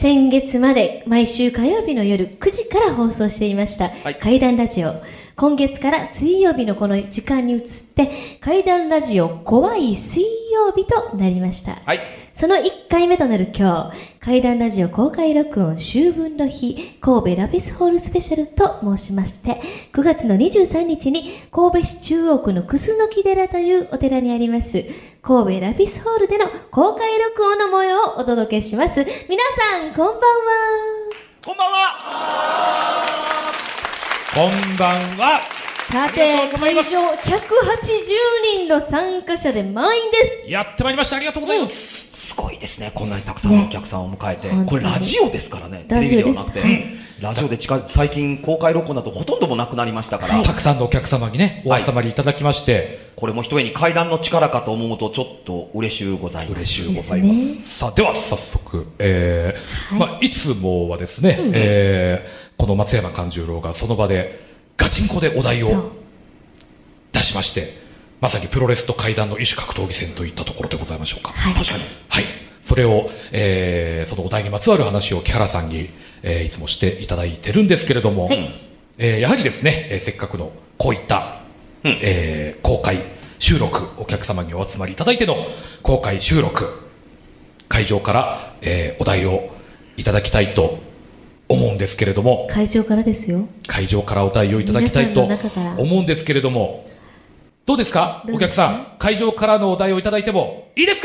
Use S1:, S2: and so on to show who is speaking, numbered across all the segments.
S1: 先月まで毎週火曜日の夜9時から放送していました、怪談ラジオ。今月から水曜日のこの時間に移って、怪談ラジオ怖い水曜日となりました。その1回目となる今日、怪談ラジオ公開録音秋分の日、神戸ラピスホールスペシャルと申しまして、9月の23日に神戸市中央区の楠木寺というお寺にあります、神戸ラピスホールでの公開録音の模様をお届けします。皆さん、こんばんは。
S2: こんばんは。
S3: こんばんは。
S1: さて、会場180人の参加者で満員です。
S3: やってまいりました。ありがとうございます。
S2: すごいですね。こんなにたくさんのお客さんを迎えて、これラジオですからね。テレビではなくて、ラジオで最近公開録音だとほとんどもなくなりましたから、
S3: たくさんのお客様にね、お集まりいただきまして、
S2: これも一重に怪談の力かと思うとちょっと嬉しゅうございます。
S3: 嬉しゅうございます。さあ、では早速、いつもはですね、この松山勘十郎がその場でガチンコでお題を出しまして、まさにプロレスと怪談の異種格闘技戦といったところでございましょうか。
S2: 確かに。
S3: はい。それを、そのお題にまつわる話を木原さんに、いつもしていただいてるんですけれども、やはりですね、せっかくのこういった、公開収録、お客様にお集まりいただいての公開収録、会場から、お題をいただきたいと思うんですけれども、
S1: 会場からですよ。
S3: 会場からお題をいただきたいと思うんですけれども、どうですか、お客さん、会場からのお題をいただいてもいいですか？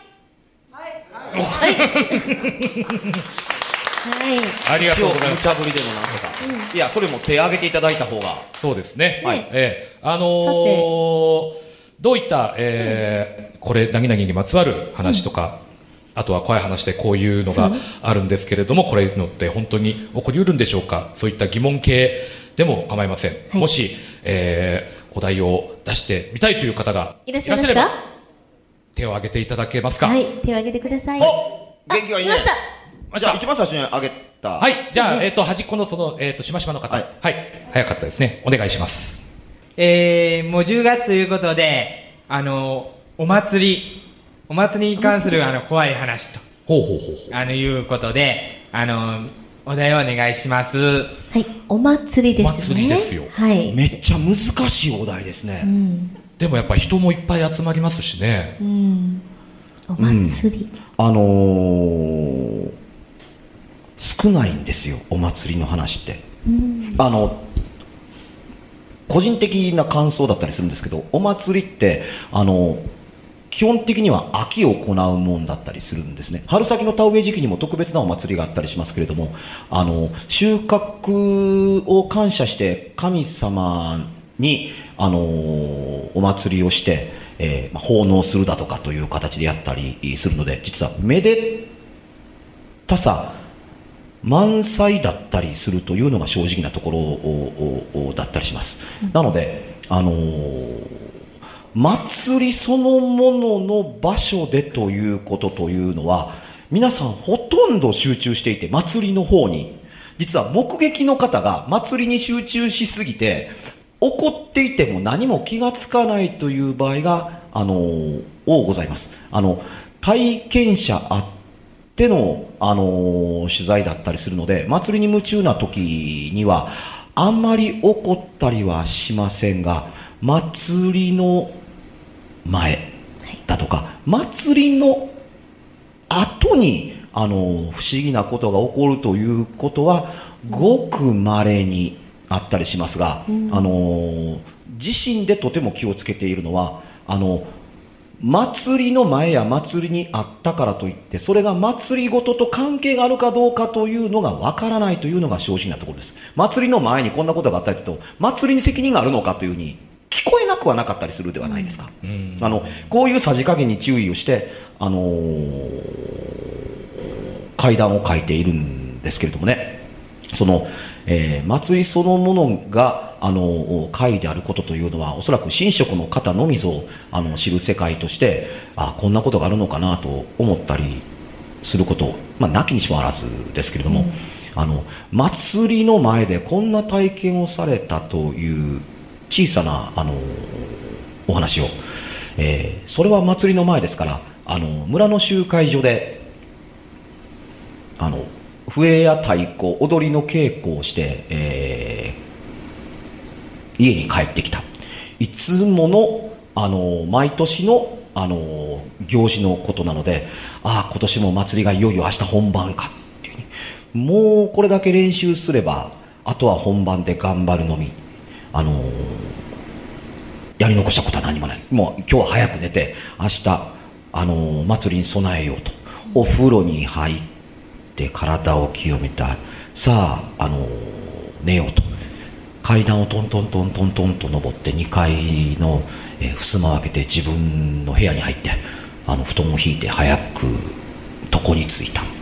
S1: はい。
S3: ありがとうございます。
S2: 無茶ぶりでもなんとか。いや、それも手を挙げていただいた方が。
S3: そうですね。
S1: はい。
S3: どういった、これ、何々にまつわる話とか、あとは怖い話でこういうのがあるんですけれども、これのって本当に起こりうるんでしょうか、そういった疑問系でも構いません。もし、お題を出してみたいという方がいらっしゃれば、手を挙げていただけますか。
S1: はい、手を挙げてください。
S2: お、元気がいいね。
S1: 来ました。
S2: じゃあ、一番最初に挙げた。
S3: はい、じゃあ、端っこのしましまの方。はい。早かったですね。お願いします。
S4: もう10月ということで、お祭りに関する怖い話ということで、お題をお願いします。
S1: はい、お祭りですね。
S3: お祭りですよ。
S1: はい。
S2: めっちゃ難しいお題ですね。
S3: でもやっぱ人もいっぱい集まりますしね。
S1: お祭り。
S2: 少ないんですよ、お祭りの話って。個人的な感想だったりするんですけど、お祭りって基本的には秋を行うもんだったりするんですね。春先の田植え時期にも特別なお祭りがあったりしますけれども、収穫を感謝して神様にお祭りをして、奉納するだとかという形でやったりするので、実はめでたさ満載だったりするというのが正直なところだったりします。なので祭りそのものの場所でということというのは、皆さんほとんど集中していて、祭りの方に、実は目撃の方が祭りに集中しすぎて怒っていても何も気がつかないという場合が多ございます。体験者あっての取材だったりするので、祭りに夢中な時にはあんまり怒ったりはしませんが、祭りの前だとか、祭りの後に不思議なことが起こるということはごく稀にあったりしますが、自身でとても気をつけているのは、祭りの前や祭りにあったからといってそれが祭りごとと関係があるかどうかというのがわからないというのが正直なところです。祭りの前にこんなことがあったりと、祭りに責任があるのかというふうに聞こえなくはなかったりするではないですか。こういうさじ加減に注意をして、怪談を書いているんですけれどもね、祭りそのものが怪であることというのは、おそらく神職の方のみぞ知る世界として、こんなことがあるのかなと思ったりすること、なきにしもあらずですけれども、祭りの前でこんな体験をされたという小さなお話を、それは祭りの前ですから、村の集会所で笛や太鼓、踊りの稽古をして、家に帰ってきた。いつもの、毎年の、行事のことなので、今年も祭りがいよいよ明日本番かっていうに、もうこれだけ練習すればあとは本番で頑張るのみ、やり残したことは何もない。もう今日は早く寝て明日、祭りに備えようと。お風呂に入って体を清めた。さあ、寝ようと。階段をトントントントントンと登って2階の襖を開けて自分の部屋に入って布団を引いて早く床に着いた。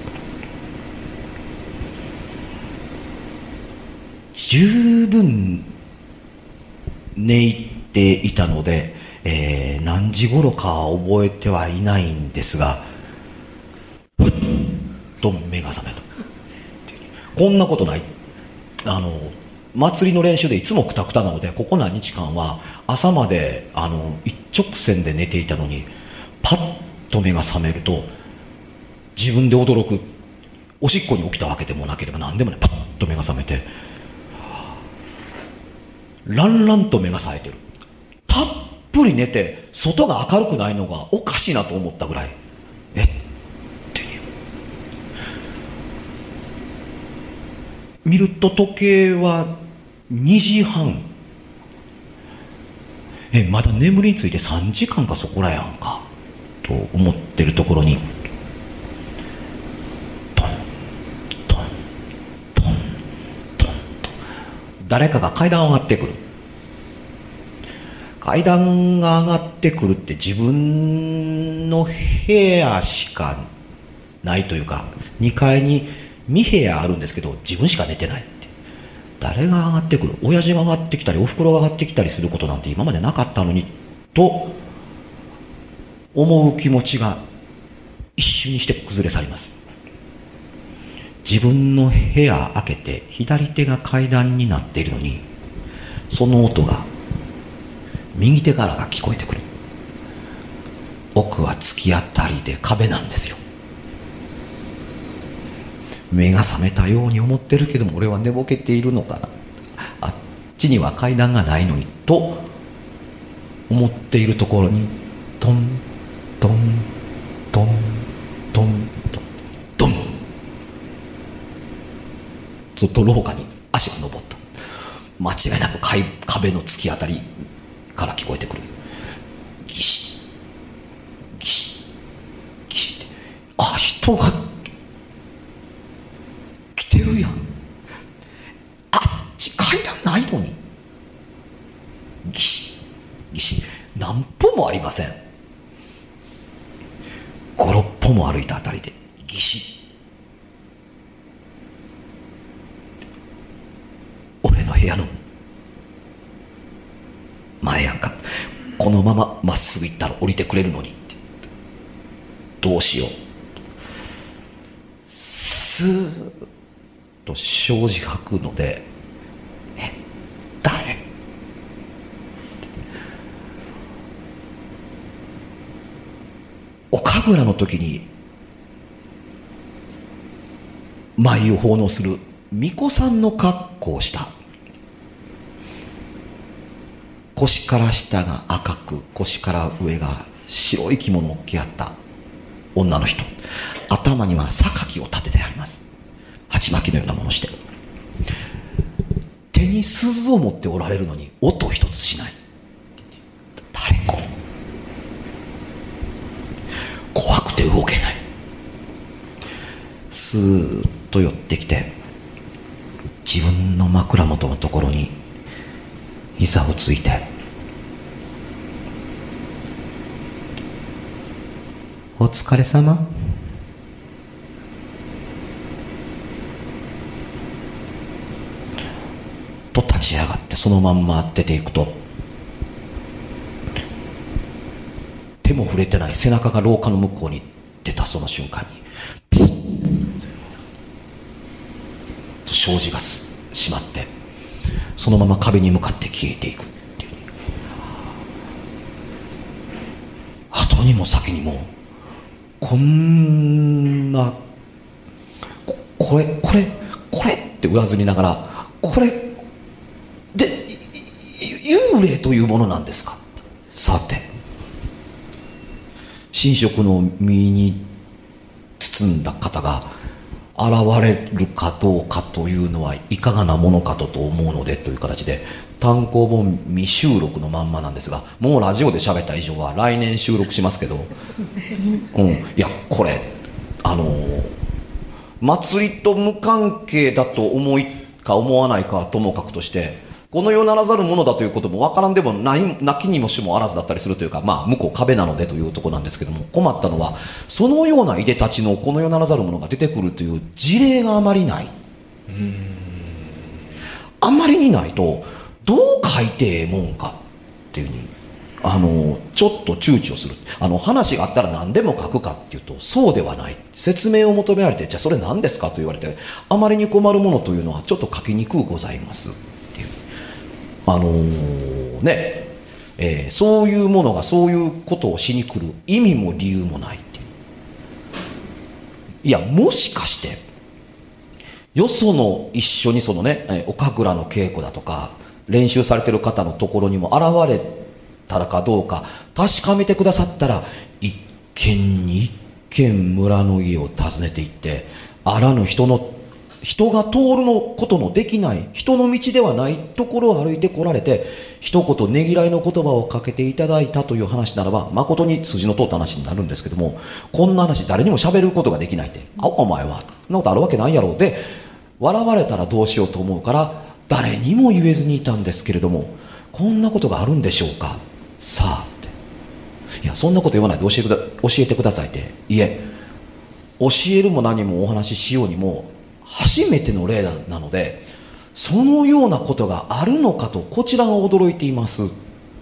S2: 十分寝入っていたので、何時頃か覚えてはいないんですが、ふっと目が覚めた。こんなことない。祭りの練習でいつもクタクタなので、ここ何日間は朝まで一直線で寝ていたのに、パッと目が覚めると自分で驚く。おしっこに起きたわけでもなければ何でもない。パッと目が覚めて、ランランと目が冴えてる。たっぷり寝て外が明るくないのがおかしいなと思ったぐらい、って見ると時計は2時半。まだ眠りについて3時間かそこらやんかと思ってるところに、トントントントンと誰かが階段を上がってくる。階段が上がってくるって自分の部屋しかないというか、2階に2部屋あるんですけど自分しか寝てないって。誰が上がってくる。親父が上がってきたりおふくろが上がってきたりすることなんて今までなかったのにと思う気持ちが一瞬にして崩れ去ります。自分の部屋開けて左手が階段になっているのに、その音が右手からが聞こえてくる。奥は突き当たりで壁なんですよ。目が覚めたように思ってるけども、俺は寝ぼけているのかな。あっちには階段がないのにと思っているところに、トントントントントンとと廊下に足が登った。間違いなく壁の突き当たりから聞こえてくる。ギシッギシッギシッって、人が来てるやん。あっち階段ないのに。ギシッギシッ、何歩もありません。5、6歩も歩いたあたりでギシッ。俺の部屋の前やんか。このまままっすぐ行ったら降りてくれるのに。どうしよう。スーッと障子が開くので、誰？お神楽の時に舞を奉納する巫女さんの格好をした。腰から下が赤く、腰から上が白い着物を着合った女の人。頭には榊を立ててあります。鉢巻きのようなものをして、手に鈴を持っておられるのに音一つしない。誰これ。怖くて動けない。スーッと寄ってきて、自分の枕元のところに膝をついて、お疲れ様と立ち上がってそのまんま出ていくと、手も触れてない背中が廊下の向こうに出たその瞬間にピスッと障子が閉まって、そのまま壁に向かって消えていくっていう。後にも先にもこんなこれってうなずみながら、これで幽霊というものなんですか。さて、神職の身に包んだ方が現れるかどうかというのはいかがなものかと思うのでという形で、単行本未収録のまんまなんですが、もうラジオで喋った以上は来年収録しますけど、いやこれ祭りと無関係だと思いか思わないかはともかくとして、この世ならざるものだということも分からんでもなきにもしもあらずだったりするというか、向こう壁なのでというところなんですけども、困ったのはそのようないでたちのこの世ならざるものが出てくるという事例があまりない。あまりにないとどう書いてええもんかっていうふうにちょっと躊躇する。話があったら何でも書くかっていうとそうではない。説明を求められて、じゃあそれ何ですかと言われて、あまりに困るものというのはちょっと書きにくうございますっていう、そういうものがそういうことをしに来る意味も理由もないっていう。いや、もしかしてよその一緒にお神楽の稽古だとか練習されてる方のところにも現れたらかどうか確かめてくださったら、一軒に一軒村の家を訪ねていって、あらぬ人が通ることのできない人の道ではないところを歩いてこられて、一言ねぎらいの言葉をかけていただいたという話ならば誠に筋の通った話になるんですけども、こんな話誰にも喋ることができないって、お前はそんなことあるわけないやろうで笑われたらどうしようと思うから誰にも言えずにいたんですけれども、こんなことがあるんでしょうか。さあって、いやそんなこと言わないで教えてくださいって、いえ教えるも何もお話ししようにも初めての例なので、そのようなことがあるのかとこちらが驚いています。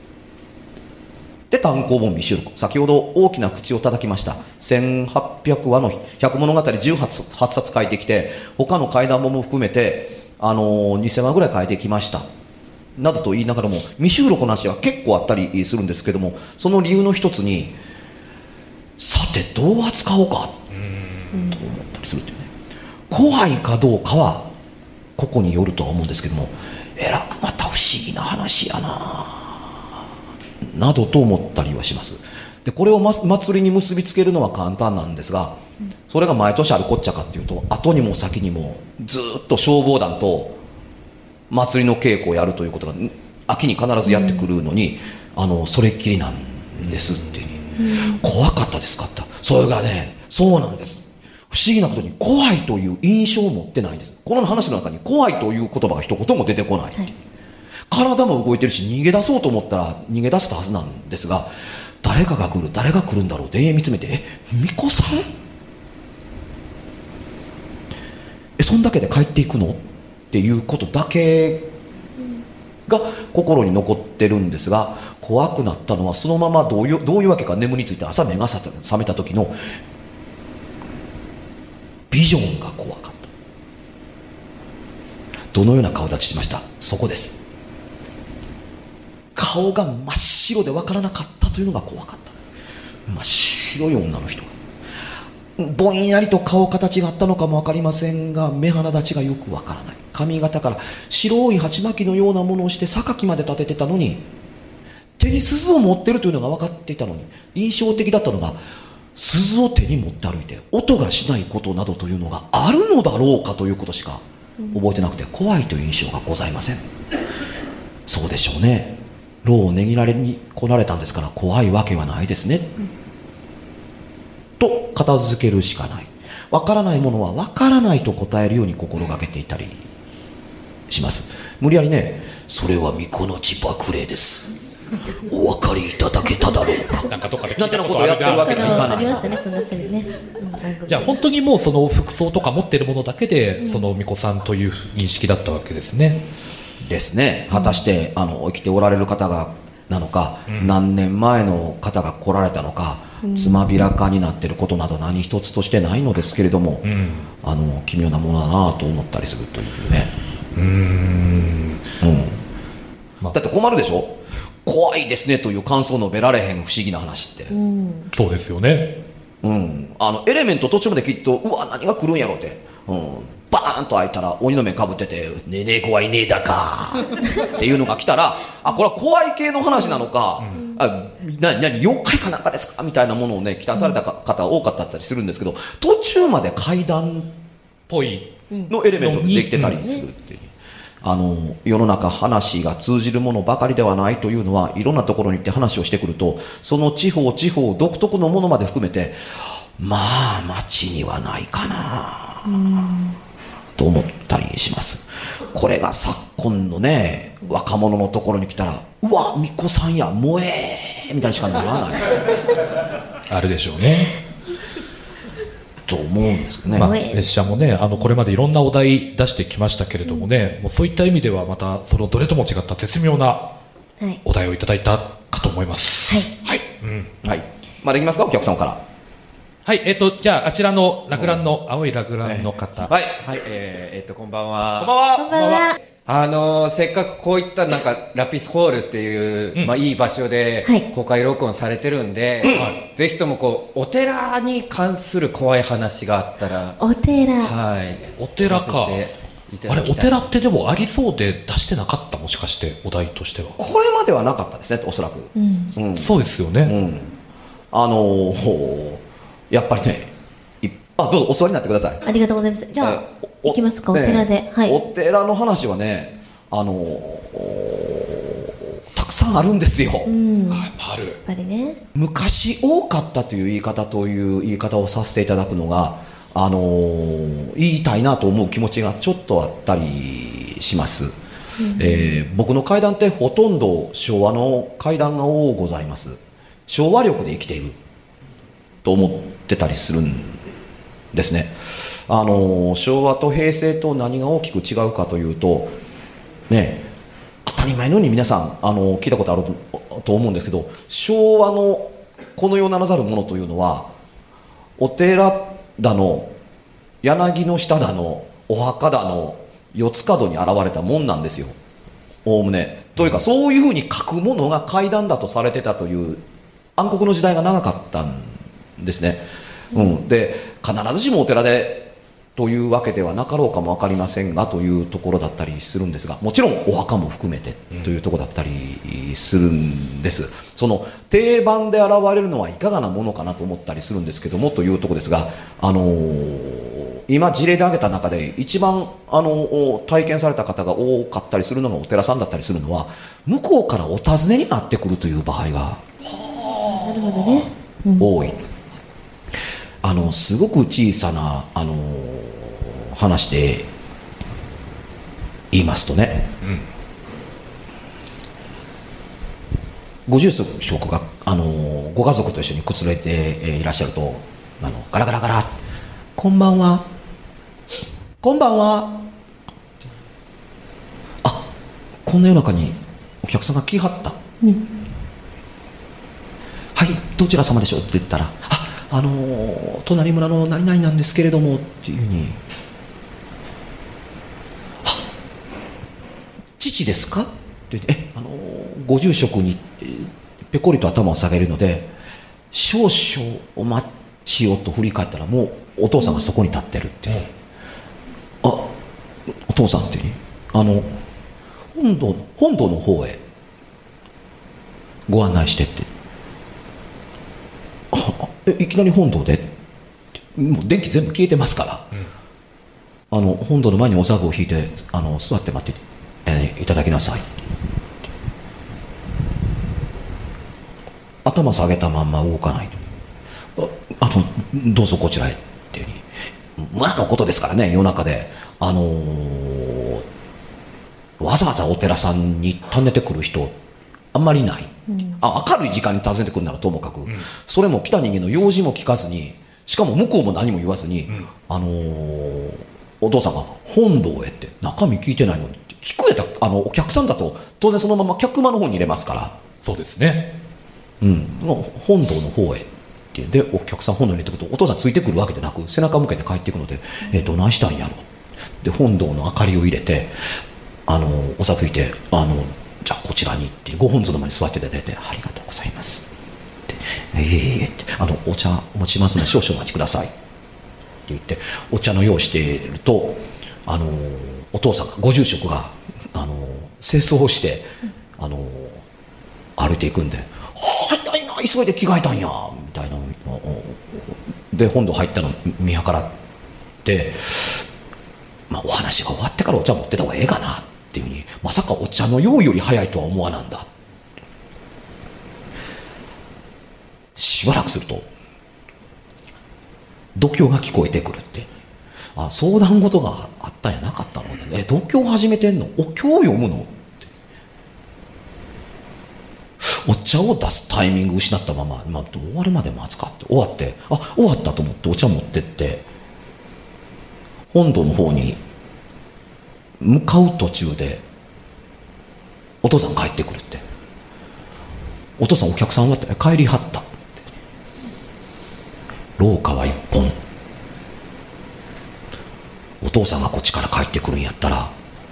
S2: で単行本未収録、先ほど大きな口を叩きました1800話の百物語18冊書いてきて、他の怪談本も含めて2000話ぐらい書いてきましたなどと言いながらも、未収録の話は結構あったりするんですけども、その理由の一つにさてどう扱おうかと思ったりするというね。怖いかどうかはここによるとは思うんですけども、えらくまた不思議な話やなどと思ったりはします。でこれを祭りに結びつけるのは簡単なんですが、それが毎年あるこっちゃかっていうと、後にも先にもずっと消防団と祭りの稽古をやるということが秋に必ずやってくるのに、それっきりなんですっていう、怖かったですかって。それがね、そうなんです。不思議なことに怖いという印象を持ってないんです。この話の中に怖いという言葉が一言も出てこない、体も動いてるし逃げ出そうと思ったら逃げ出せたはずなんですが、誰かが来るんだろうって見つめて、巫女さんそんだけで帰っていくのっていうことだけが心に残ってるんですが、怖くなったのはそのままどういうわけか眠りについて朝目が覚めた時のビジョンが怖かった。どのような顔立ちしました？そこです。顔が真っ白で分からなかったというのが怖かった。真っ白い女の人、ぼんやりと顔形があったのかも分かりませんが、目鼻立ちがよく分からない。髪型から白い鉢巻きのようなものをして榊まで立ててたのに、手に鈴を持ってるというのが分かっていたのに、印象的だったのが鈴を手に持って歩いて音がしないことなどというのがあるのだろうかということしか覚えてなくて、怖いという印象がございません。そうでしょうね。牢をねぎられに来られたんですから怖いわけはないですね、と片付けるしかない。わからないものはわからないと答えるように心がけていたりします。無理やりね、それは巫女の自爆霊です、お分かりいただけただろうかなんてなことをやってるわけにはいかない。
S1: ありましたね、そのあたりね。
S3: じゃあ本当にもうその服装とか持っているものだけで、その巫女さんという認識だったわけですね。
S2: ですね。果たして生きておられる方がなのか、何年前の方が来られたのか、つまびらかになっていることなど何一つとしてないのですけれども、奇妙なものだなと思ったりするというね。だって困るでしょ、怖いですねという感想を述べられへん不思議な話って。
S3: そうですよね。
S2: エレメント途中まできっとうわ何が来るんやろうって、 バーンと開いたら鬼の目かぶってて「ねえねえ怖いねえだか」っていうのが来たらこれは怖い系の話なのか、妖怪かなんかですかみたいなものをね期待された方多かったりするんですけど、途中まで怪談っぽいのエレメントでできてたりするっていう。世の中話が通じるものばかりではないというのは、いろんなところに行って話をしてくると、その地方独特のものまで含めて、まあ町にはないかなと思ったりします。これが昨今のね若者のところに来たら、うわ巫女さんや萌えみたいにしかならない
S3: あるでしょうね
S2: と思うんですけどね。
S3: 列車もねこれまでいろんなお題出してきましたけれどもね、もうそういった意味ではまたそのどれとも違った絶妙なお題をいただいたかと思います。はい、
S2: はい、できますか、お客様から。
S3: はい、じゃああちらのラグランの青いラグランの方。
S5: はい、こんばんは。
S1: こんばんは。
S5: せっかくこういったなんかラピスホールっていう、いい場所で公開録音されてるんで、ぜひともお寺に関する怖い話があったら。
S1: お寺。
S5: はい。
S3: お寺か。あれお寺ってでもありそうで出してなかった、もしかしてお題としては。
S2: これまではなかったですね、おそらく。
S3: そうですよね。
S2: やっぱりね、どうぞお座りになってください。
S1: ありがとうございます。じゃあ行きますか、お寺で。
S2: お寺の話はね、たくさんあるんですよ。
S1: やっぱりね。
S2: 昔多かったという言い方をさせていただくのが、言いたいなと思う気持ちがちょっとあったりします。僕の怪談ってほとんど昭和の怪談が多ございます。昭和力で生きていると思ってたりするんですね。昭和と平成と何が大きく違うかというとね、当たり前のように皆さん聞いたことあると思うんですけど、昭和のこの世ならざるものというのは、お寺だの柳の下だのお墓だの四つ角に現れたもんなんですよ、おおむね。というかそういうふうに書くものが怪談だとされてたという暗黒の時代が長かったんですね。で必ずしもお寺でというわけではなかろうかも分かりませんがというところだったりするんですが、もちろんお墓も含めてというところだったりするんです。その定番で現れるのはいかがなものかなと思ったりするんですけどもというところですが、今事例で挙げた中で一番体験された方が多かったりするのがお寺さんだったりするのは、向こうからお尋ねになってくるという場合が多い。すごく小さな話で言いますとね、ご住職がご家族と一緒にくつろいでいらっしゃると、ガラガラガラ、こんばんは、こんばんは、こんな夜中にお客さんが来はった、はい、どちら様でしょうって言ったら、隣村の何々なんですけれどもっていうふうに、父ですかって言って、ご住職にぺこりと頭を下げるので、少々お待ちをと振り返ったら、もうお父さんがそこに立ってるっていう、お父さんっていう本堂の方へご案内してって、いきなり本堂で、もう電気全部消えてますから、本堂の前にお座布を引いて座って待っていただきなさい、頭下げたまんま動かない、どうぞこちらへっていうふうに、のことですからね、夜中でわざわざお寺さんに訪ねてくる人あんまりない、明るい時間に訪ねてくるならともかく、それも来た人間の用事も聞かずに、しかも向こうも何も言わずに、お父さんが本堂へって、中身聞いてないのにって聞こえたお客さんだと当然そのまま客間の方に入れますから、
S3: そうですね、
S2: 本堂の方へってで、お客さん本堂に入れてくると、お父さんついてくるわけでなく背中向けて帰っていくので、どないしたんやろで、本堂の明かりを入れてお座吹いて、じゃあこちらにってご本尊の前に座っていただいて、ありがとうございますって、ってお茶お持ちしますので少々お待ちくださいって言って、お茶の用意していると、 お父さんがご住職が清掃をして歩いていくんで「早いな急いで着替えたんや」みたいなで本堂入ったの見計らって、お話が終わってからお茶持ってた方がええかなっていうふうに、まさかお茶の用意より早いとは思わなんだ。しばらくすると読経が聞こえてくるって。相談事があったんやなかったのね。読経始めてんの？お経を読むの？ってお茶を出すタイミング失ったまま、終わるまで待つかって終わって終わったと思ってお茶持ってって本堂の方に向かう途中でお父さん帰ってくるって。お父さんお客さんはって帰りはったって。廊下は一本。お父さんがこっちから帰ってくるんやったら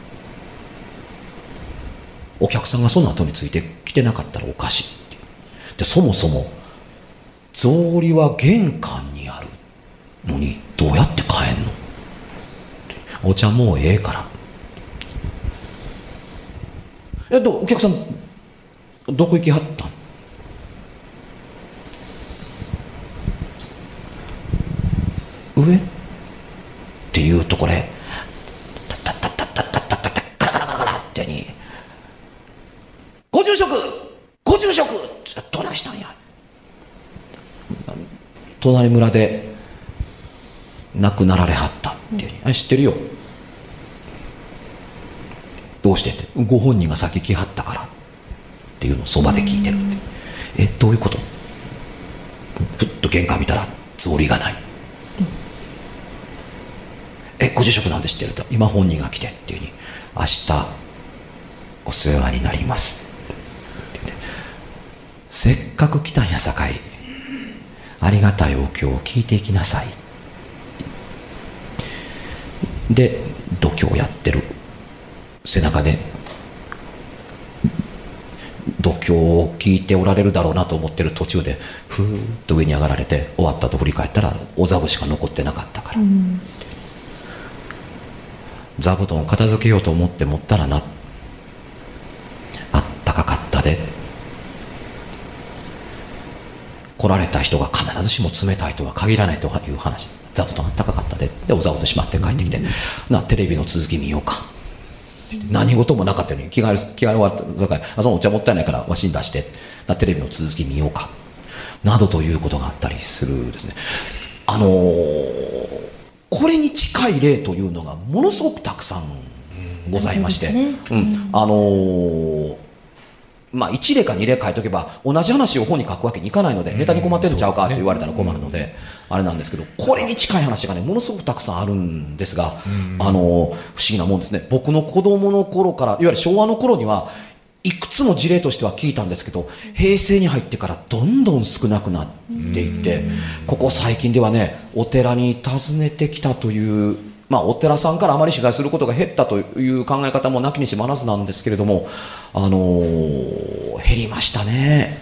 S2: お客さんがその後についてきてなかったらおかしいで、そもそも草履は玄関にあるのにどうやって帰んの？お茶もうええから。お客さんどこ行きはったん？上っていうとこれタッタッタッタッタッタッタッタッガラガラガラガラってにご住職どないしたんや。隣村で亡くなられはったって知ってるよ。どうしてってご本人が先来はったからっていうのをそばで聞いてるって。どういうこと？ふっと玄関見たら草履がない。ご住職なんで知ってると今本人が来てっていうふうに明日お世話になりますって言って、せっかく来たんやさかいありがたいお経を聞いていきなさいで度胸をやってる背中で度胸を聞いておられるだろうなと思ってる途中でふーっと上に上がられて終わったと振り返ったらお座布しか残ってなかったから、座布団を片付けようと思って持ったらな、あったかかったで。来られた人が必ずしも冷たいとは限らないという話。座布団あったかかったで。でお座布団しまって帰ってきて、テレビの続き見ようか。何事もなかったように着替え終わったさかい、そのお茶もったいないからわしに出して、テレビの続き見ようかなどということがあったりするですね。これに近い例というのがものすごくたくさんございまして、1例か2例書いとけば同じ話を本に書くわけにいかないので、ネタに困ってるんちゃうかって言われたら困るのであれなんですけど、これに近い話がねものすごくたくさんあるんですが、不思議なもんですね。僕の子供の頃からいわゆる昭和の頃にはいくつも事例としては聞いたんですけど、平成に入ってからどんどん少なくなっていって、ここ最近ではねお寺に訪ねてきたという、お寺さんからあまり取材することが減ったという考え方もなきにしもあらずなんですけれども、減りましたね。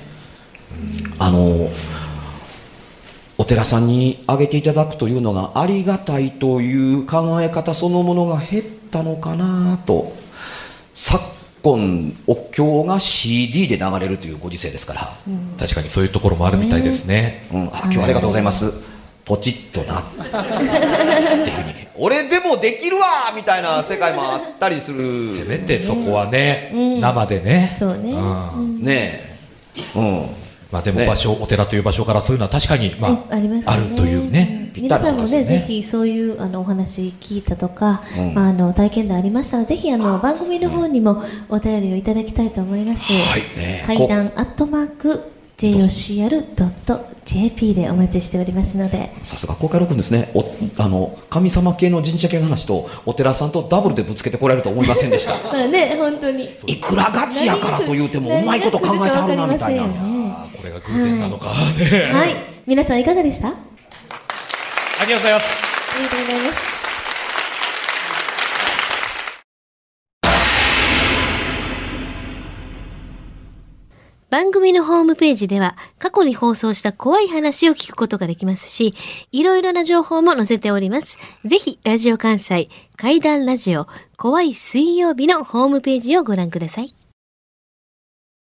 S2: お寺さんにあげていただくというのがありがたいという考え方そのものが減ったのかなと。昨今お経が CD で流れるというご時世ですから、
S3: 確かにそういうところもあるみたいですね。
S2: 今日はありがとうございます、ポチッとなっていうふうに俺でもできるわみたいな世界もあったりする。
S3: せめてそこはね、生でね。
S1: そうね。
S2: ねえ。
S3: でも場所、お寺という場所からそういうのは確かに
S1: ありますね。
S3: あるというね。
S1: 皆さんもねぜひそういうお話聞いたとか、体験談ありましたらぜひ番組の方にもお便りをいただきたいと思います。怪談@jocr.jp でお待ちしておりますので。
S2: さすが公開録音ですね。神様系の神社系の話とお寺さんとダブルでぶつけてこられると思いませんでした。
S1: ね、本当に
S2: いくらガチやからと言うてもうまいこと考えてあるなみたいな。
S3: これが偶然なのか。はい、
S1: 皆さんいかがでした？
S3: ありがとうございます。
S1: ありがとうございます。 番組のホームページでは過去に放送した怖い話を聞くことができますし、いろいろな情報も載せております。ぜひ、ラジオ関西怪談ラジオ怖い水曜日のホームページをご覧ください。